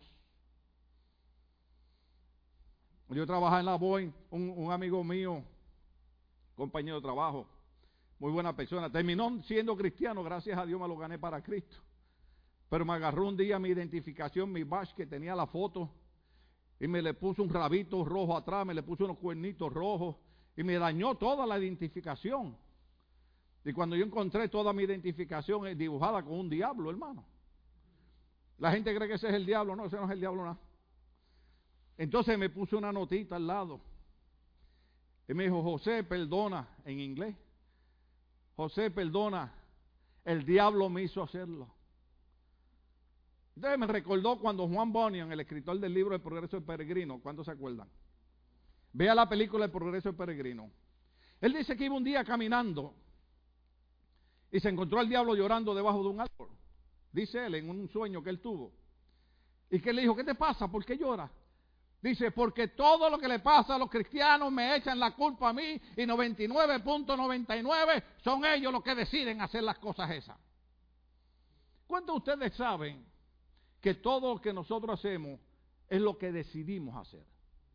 Speaker 1: Yo trabajaba en la Boeing, un amigo mío, compañero de trabajo, muy buena persona, terminó siendo cristiano, gracias a Dios me lo gané para Cristo. Pero me agarró un día mi identificación, mi badge que tenía la foto, y me le puso un rabito rojo atrás, me le puso unos cuernitos rojos, y me dañó toda la identificación. Y cuando yo encontré toda mi identificación dibujada con un diablo, hermano. La gente cree que ese es el diablo. No, ese no es el diablo nada. Entonces me puso una notita al lado. Y me dijo, José, perdona, en inglés. José, perdona, el diablo me hizo hacerlo. Entonces me recordó cuando Juan Bunyan, el escritor del libro El Progreso del Peregrino, ¿cuántos se acuerdan? Vea la película El Progreso del Peregrino. Él dice que iba un día caminando y se encontró al diablo llorando debajo de un árbol. Dice él en un sueño que él tuvo. Y que le dijo, ¿qué te pasa? ¿Por qué lloras? Dice, porque todo lo que le pasa a los cristianos me echan la culpa a mí y 99.99 son ellos los que deciden hacer las cosas esas. ¿Cuántos de ustedes saben que todo lo que nosotros hacemos es lo que decidimos hacer?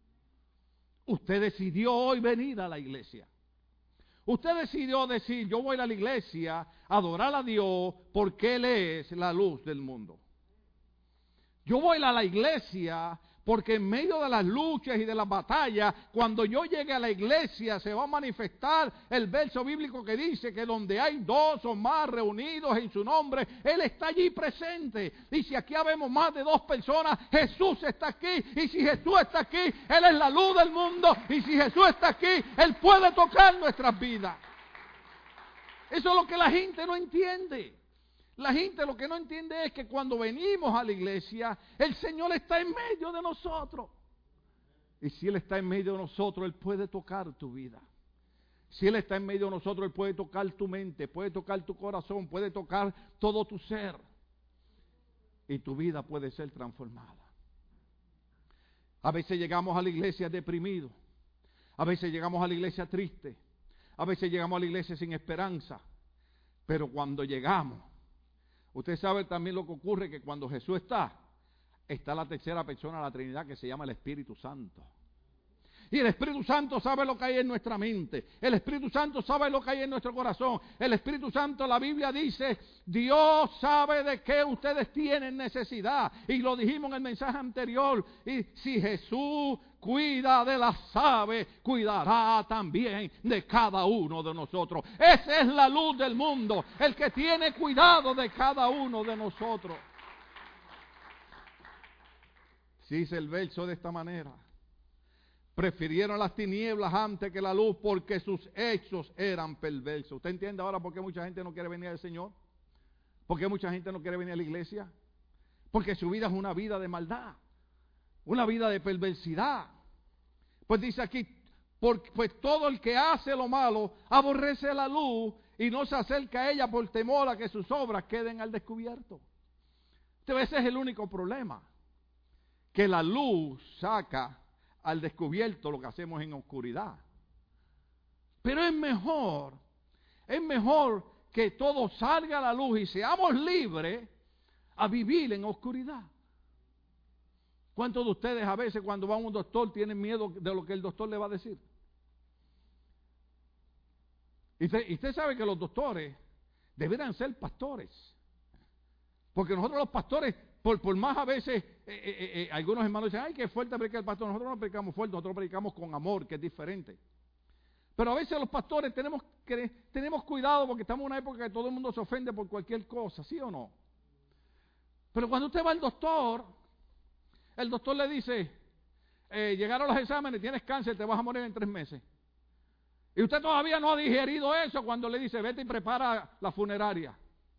Speaker 1: Usted decidió hoy venir a la iglesia. Usted decidió decir, yo voy a la iglesia a adorar a Dios porque Él es la luz del mundo. Yo voy a la iglesia porque en medio de las luchas y de las batallas, cuando yo llegue a la iglesia se va a manifestar el verso bíblico que dice que donde hay dos o más reunidos en su nombre, Él está allí presente. Y si aquí habemos más de 2 personas, Jesús está aquí. Y si Jesús está aquí, Él es la luz del mundo. Y si Jesús está aquí, Él puede tocar nuestras vidas. Eso es lo que la gente no entiende. La gente lo que no entiende es que cuando venimos a la iglesia, el Señor está en medio de nosotros. Y si Él está en medio de nosotros, Él puede tocar tu vida. Si Él está en medio de nosotros, Él puede tocar tu mente, puede tocar tu corazón, puede tocar todo tu ser. Y tu vida puede ser transformada. A veces llegamos a la iglesia deprimidos. A veces llegamos a la iglesia triste. A veces llegamos a la iglesia sin esperanza. Pero cuando llegamos, usted sabe también lo que ocurre, que cuando Jesús está la tercera persona de la Trinidad que se llama el Espíritu Santo. Y el Espíritu Santo sabe lo que hay en nuestra mente. El Espíritu Santo sabe lo que hay en nuestro corazón. El Espíritu Santo, la Biblia dice, Dios sabe de qué ustedes tienen necesidad. Y lo dijimos en el mensaje anterior. Y si Jesús cuida de las aves, cuidará también de cada uno de nosotros. Esa es la luz del mundo, el que tiene cuidado de cada uno de nosotros. Dice el verso de esta manera: prefirieron las tinieblas antes que la luz porque sus hechos eran perversos. ¿Usted entiende ahora por qué mucha gente no quiere venir al Señor? ¿Por qué mucha gente no quiere venir a la iglesia? Porque su vida es una vida de maldad, una vida de perversidad. Pues dice aquí, pues todo el que hace lo malo aborrece la luz y no se acerca a ella por temor a que sus obras queden al descubierto. Entonces ese es el único problema, que la luz saca al descubierto lo que hacemos en oscuridad. Pero es mejor que todo salga a la luz y seamos libres a vivir en oscuridad. ¿Cuántos de ustedes a veces cuando van a un doctor tienen miedo de lo que el doctor le va a decir? Y usted sabe que los doctores deberían ser pastores. Porque nosotros los pastores, por más a veces, algunos hermanos dicen, ay, qué fuerte predica el pastor. Nosotros no predicamos fuerte, nosotros predicamos con amor, que es diferente. Pero a veces los pastores tenemos cuidado porque estamos en una época que todo el mundo se ofende por cualquier cosa, ¿sí o no? Pero cuando usted va al doctor, el doctor le dice, llegaron los exámenes, tienes cáncer, te vas a morir en 3 meses. Y usted todavía no ha digerido eso cuando le dice, vete y prepara la funeraria.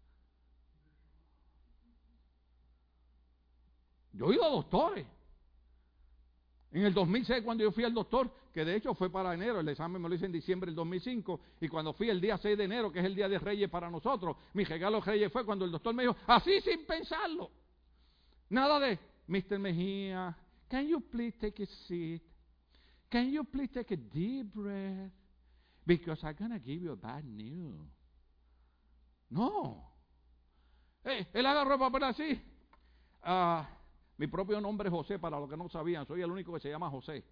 Speaker 1: Yo he ido a doctores. En el 2006, cuando yo fui al doctor, que de hecho fue para enero, el examen me lo hice en diciembre del 2005, y cuando fui el día 6 de enero, que es el día de Reyes para nosotros, mi regalo de Reyes fue cuando el doctor me dijo, así sin pensarlo, nada de, Mr. Mejía, can you please take a seat? Can you please take a deep breath? Because I'm going to give you a bad news. No. Él agarró el papel así. Mi propio nombre es José, para los que no sabían, soy el único que se llama José.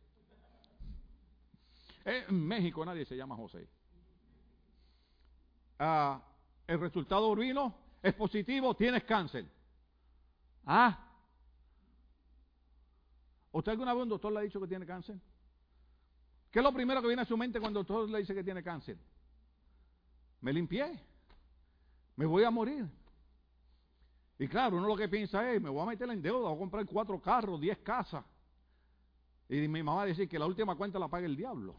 Speaker 1: En México nadie se llama José. El resultado vino, es positivo, tienes cáncer. ¿Usted alguna vez un doctor le ha dicho que tiene cáncer? ¿Qué es lo primero que viene a su mente cuando el doctor le dice que tiene cáncer? Me limpié, me voy a morir. Y claro, uno lo que piensa es, me voy a meter en deuda, voy a comprar 4 carros, 10 casas. Y mi mamá dice que la última cuenta la paga el diablo.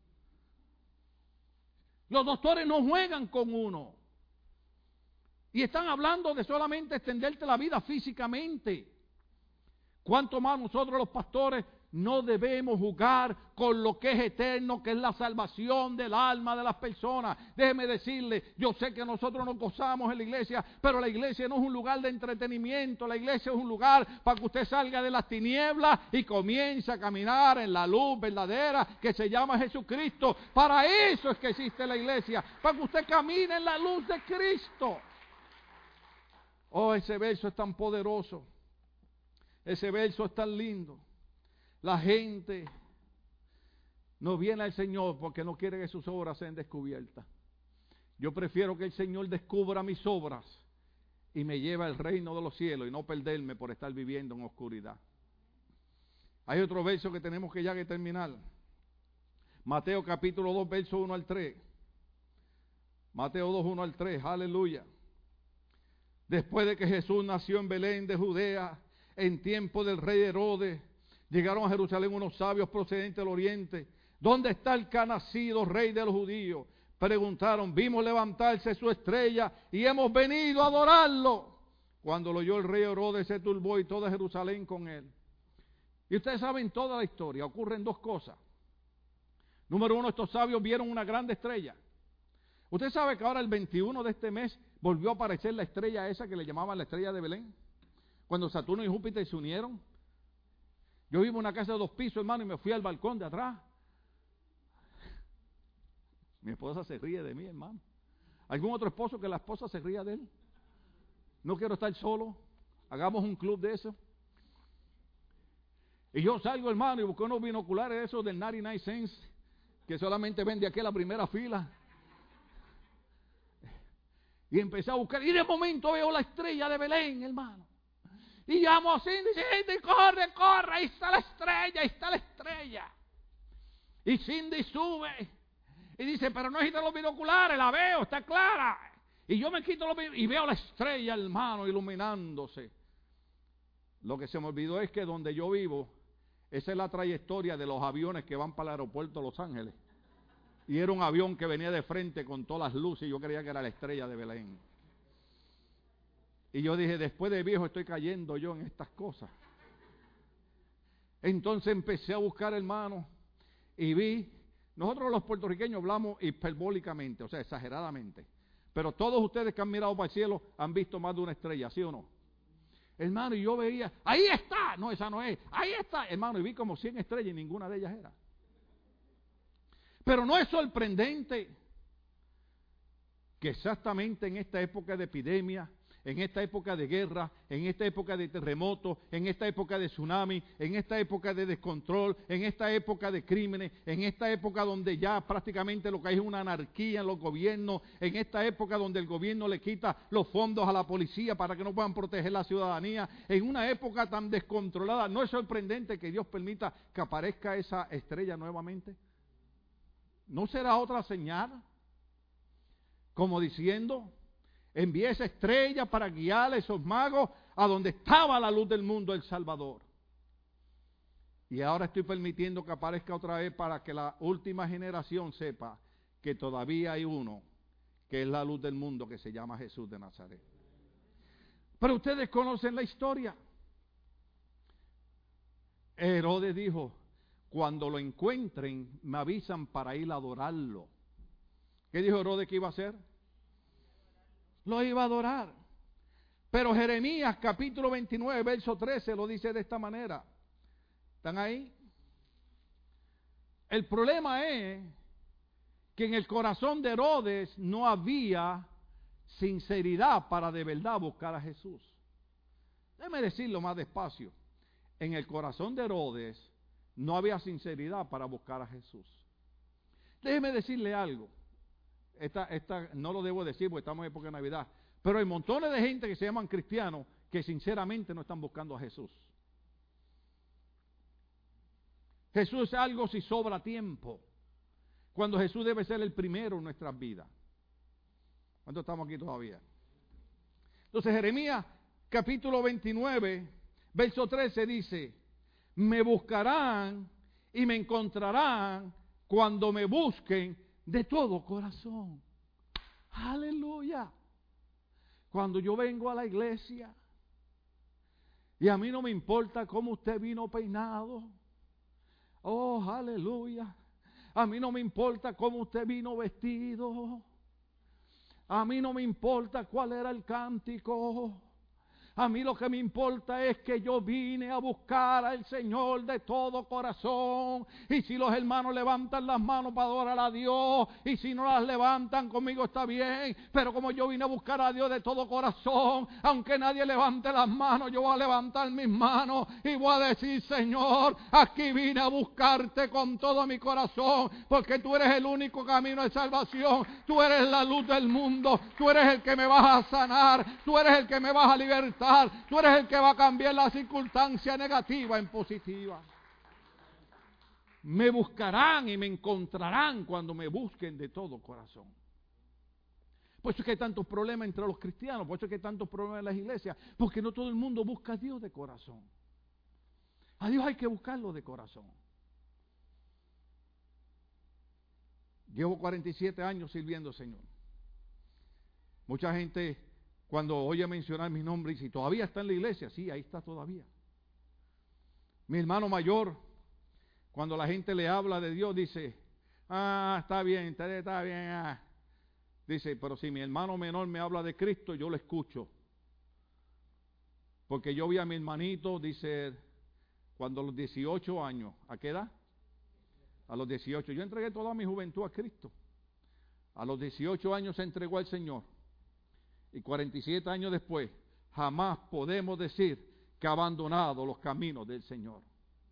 Speaker 1: Los doctores no juegan con uno. Y están hablando de solamente extenderte la vida físicamente. ¿Cuánto más nosotros los pastores no debemos jugar con lo que es eterno, que es la salvación del alma de las personas? Déjeme decirle, yo sé que nosotros nos gozamos en la iglesia, pero la iglesia no es un lugar de entretenimiento. La iglesia es un lugar para que usted salga de las tinieblas y comience a caminar en la luz verdadera que se llama Jesucristo. Para eso es que existe la iglesia, para que usted camine en la luz de Cristo. Oh, ese verso es tan poderoso. Ese verso es tan lindo. La gente no viene al Señor porque no quiere que sus obras sean descubiertas. Yo prefiero que el Señor descubra mis obras y me lleve al reino de los cielos y no perderme por estar viviendo en oscuridad. Hay otro verso que tenemos que terminar. Mateo capítulo 2, verso 1 al 3. Mateo 2, 1 al 3. Aleluya. Después de que Jesús nació en Belén de Judea, en tiempo del rey Herodes, llegaron a Jerusalén unos sabios procedentes del oriente. ¿Dónde está el que ha nacido rey de los judíos? Preguntaron. Vimos levantarse su estrella y hemos venido a adorarlo. Cuando lo oyó el rey Herodes se turbó y toda Jerusalén con él. Y ustedes saben toda la historia. Ocurren 2 cosas. Número 1, estos sabios vieron una grande estrella. Usted sabe que ahora el 21 de este mes volvió a aparecer la estrella esa que le llamaban la estrella de Belén. Cuando Saturno y Júpiter se unieron. Yo vivo en una casa de 2 pisos, hermano, y me fui al balcón de atrás. Mi esposa se ríe de mí, hermano. ¿Algún otro esposo que la esposa se ría de él? No quiero estar solo. Hagamos un club de eso. Y yo salgo, hermano, y busco unos binoculares esos del 99 cents, que solamente vende aquí en la primera fila. Y empecé a buscar, y de momento veo la estrella de Belén, hermano. Y llamo así, dice, corre, ahí está la estrella, estrella. Y Cindy sube y dice, pero no necesitan los binoculares, la veo, está clara. Y yo me quito los binoculares y veo la estrella, hermano, iluminándose. Lo que se me olvidó es que donde yo vivo, esa es la trayectoria de los aviones que van para el aeropuerto de Los Ángeles. Y era un avión que venía de frente con todas las luces y yo creía que era la estrella de Belén. Y yo dije, después de viejo estoy cayendo yo en estas cosas. Entonces empecé a buscar, hermano, y vi, nosotros los puertorriqueños hablamos hiperbólicamente, o sea, exageradamente. Pero todos ustedes que han mirado para el cielo han visto más de una estrella, ¿sí o no? Hermano, y yo veía, ahí está, no, esa no es, ahí está, hermano, y vi como 100 estrellas y ninguna de ellas era. Pero no es sorprendente que exactamente en esta época de epidemia, en esta época de guerra, en esta época de terremotos, en esta época de tsunami, en esta época de descontrol, en esta época de crímenes, en esta época donde ya prácticamente lo que hay es una anarquía en los gobiernos, en esta época donde el gobierno le quita los fondos a la policía para que no puedan proteger la ciudadanía, en una época tan descontrolada, ¿no es sorprendente que Dios permita que aparezca esa estrella nuevamente? ¿No será otra señal? Como diciendo, envié esa estrella para guiar a esos magos a donde estaba la luz del mundo, el Salvador. Y ahora estoy permitiendo que aparezca otra vez para que la última generación sepa que todavía hay uno que es la luz del mundo, que se llama Jesús de Nazaret. Pero ustedes conocen la historia. Herodes dijo, cuando lo encuentren me avisan para ir a adorarlo. ¿Qué dijo Herodes que iba a hacer? Lo iba a adorar. Pero Jeremías capítulo 29 verso 13 lo dice de esta manera. ¿Están ahí? El problema es que en el corazón de Herodes no había sinceridad para de verdad buscar a Jesús. Déjeme decirlo más despacio. En el corazón de Herodes no había sinceridad para buscar a Jesús. Déjeme decirle algo. Esta no lo debo decir porque estamos en época de Navidad, pero hay montones de gente que se llaman cristianos que sinceramente no están buscando a Jesús. Jesús es algo si sobra tiempo, cuando Jesús debe ser el primero en nuestras vidas. ¿Cuántos estamos aquí todavía? Entonces Jeremías capítulo 29 verso 13 dice, me buscarán y me encontrarán cuando me busquen de todo corazón. Aleluya. Cuando yo vengo a la iglesia y a mí no me importa cómo usted vino peinado. Oh, aleluya. A mí no me importa cómo usted vino vestido. A mí no me importa cuál era el cántico. A mí lo que me importa es que yo vine a buscar al Señor de todo corazón. Y si los hermanos levantan las manos para adorar a Dios, y si no las levantan, conmigo está bien. Pero como yo vine a buscar a Dios de todo corazón, aunque nadie levante las manos, yo voy a levantar mis manos y voy a decir, Señor, aquí vine a buscarte con todo mi corazón, porque tú eres el único camino de salvación. Tú eres la luz del mundo. Tú eres el que me vas a sanar. Tú eres el que me vas a libertar. Tú eres el que va a cambiar la circunstancia negativa en positiva. Me buscarán y me encontrarán cuando me busquen de todo corazón. Por eso es que hay tantos problemas entre los cristianos, por eso es que hay tantos problemas en las iglesias, porque no todo el mundo busca a Dios de corazón. A Dios hay que buscarlo de corazón. Llevo 47 años sirviendo al Señor. Mucha gente cuando oye mencionar mi nombre, y si todavía está en la iglesia, sí, ahí está todavía. Mi hermano mayor, cuando la gente le habla de Dios, dice, está bien, está bien. Dice, pero si mi hermano menor me habla de Cristo, yo lo escucho. Porque yo vi a mi hermanito, dice, cuando a los 18 años, ¿a qué edad? A los 18. Yo entregué toda mi juventud a Cristo. A los 18 años se entregó al Señor. Y 47 años después, jamás podemos decir que ha abandonado los caminos del Señor.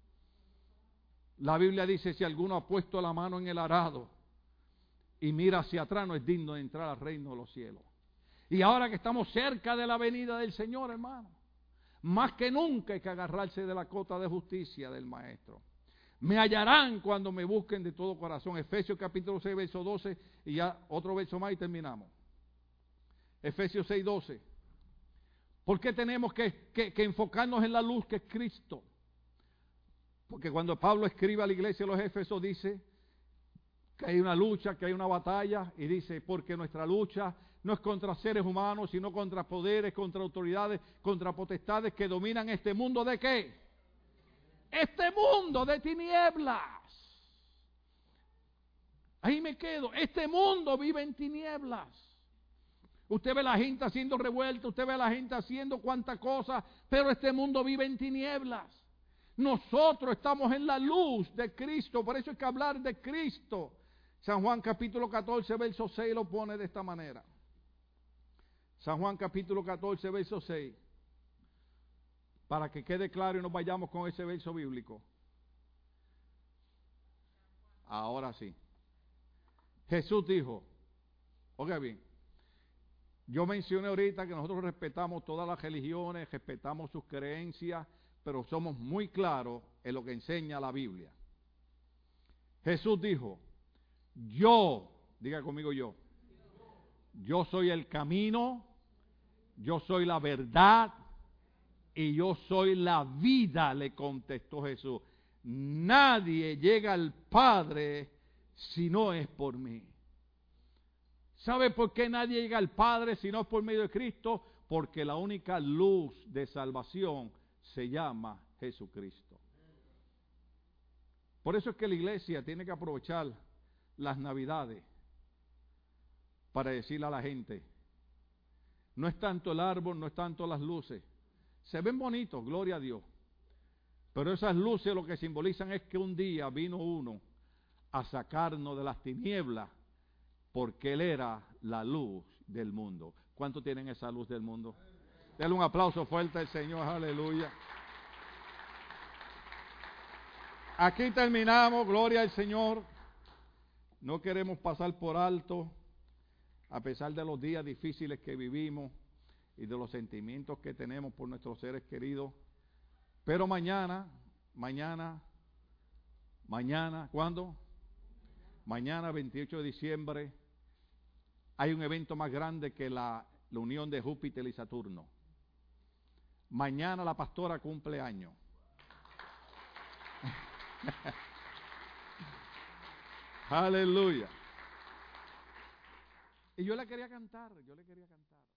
Speaker 1: La Biblia dice, si alguno ha puesto la mano en el arado y mira hacia atrás, no es digno de entrar al reino de los cielos. Y ahora que estamos cerca de la venida del Señor, hermano, más que nunca hay que agarrarse de la cota de justicia del Maestro. Me hallarán cuando me busquen de todo corazón. Efesios capítulo 6, verso 12, y ya otro verso más y terminamos. Efesios 6, 12. ¿Por qué tenemos que enfocarnos en la luz que es Cristo? Porque cuando Pablo escribe a la iglesia de los Éfesos dice que hay una lucha, que hay una batalla, y dice, porque nuestra lucha no es contra seres humanos, sino contra poderes, contra autoridades, contra potestades que dominan este mundo ¿de qué? Este mundo de tinieblas. Ahí me quedo. Este mundo vive en tinieblas. Usted ve a la gente haciendo revuelta, usted ve a la gente haciendo cuantas cosas, pero este mundo vive en tinieblas. Nosotros estamos en la luz de Cristo, por eso hay que hablar de Cristo. San Juan capítulo 14, verso 6 lo pone de esta manera. San Juan capítulo 14, verso 6. Para que quede claro y nos vayamos con ese verso bíblico. Ahora sí. Jesús dijo, oiga bien, yo mencioné ahorita que nosotros respetamos todas las religiones, respetamos sus creencias, pero somos muy claros en lo que enseña la Biblia. Jesús dijo, yo, diga conmigo yo soy el camino, yo soy la verdad y yo soy la vida, le contestó Jesús. Nadie llega al Padre si no es por mí. ¿Sabe por qué nadie llega al Padre si no es por medio de Cristo? Porque la única luz de salvación se llama Jesucristo. Por eso es que la iglesia tiene que aprovechar las Navidades para decirle a la gente, no es tanto el árbol, no es tanto las luces, se ven bonitos, gloria a Dios, pero esas luces lo que simbolizan es que un día vino uno a sacarnos de las tinieblas porque Él era la luz del mundo. ¿Cuántos tienen esa luz del mundo? Denle un aplauso fuerte al Señor, aleluya. Aquí terminamos, gloria al Señor. No queremos pasar por alto, a pesar de los días difíciles que vivimos y de los sentimientos que tenemos por nuestros seres queridos. Pero mañana, ¿cuándo? Mañana, 28 de diciembre, hay un evento más grande que la unión de Júpiter y Saturno. Mañana la pastora cumple años. Aleluya. Y yo le quería cantar.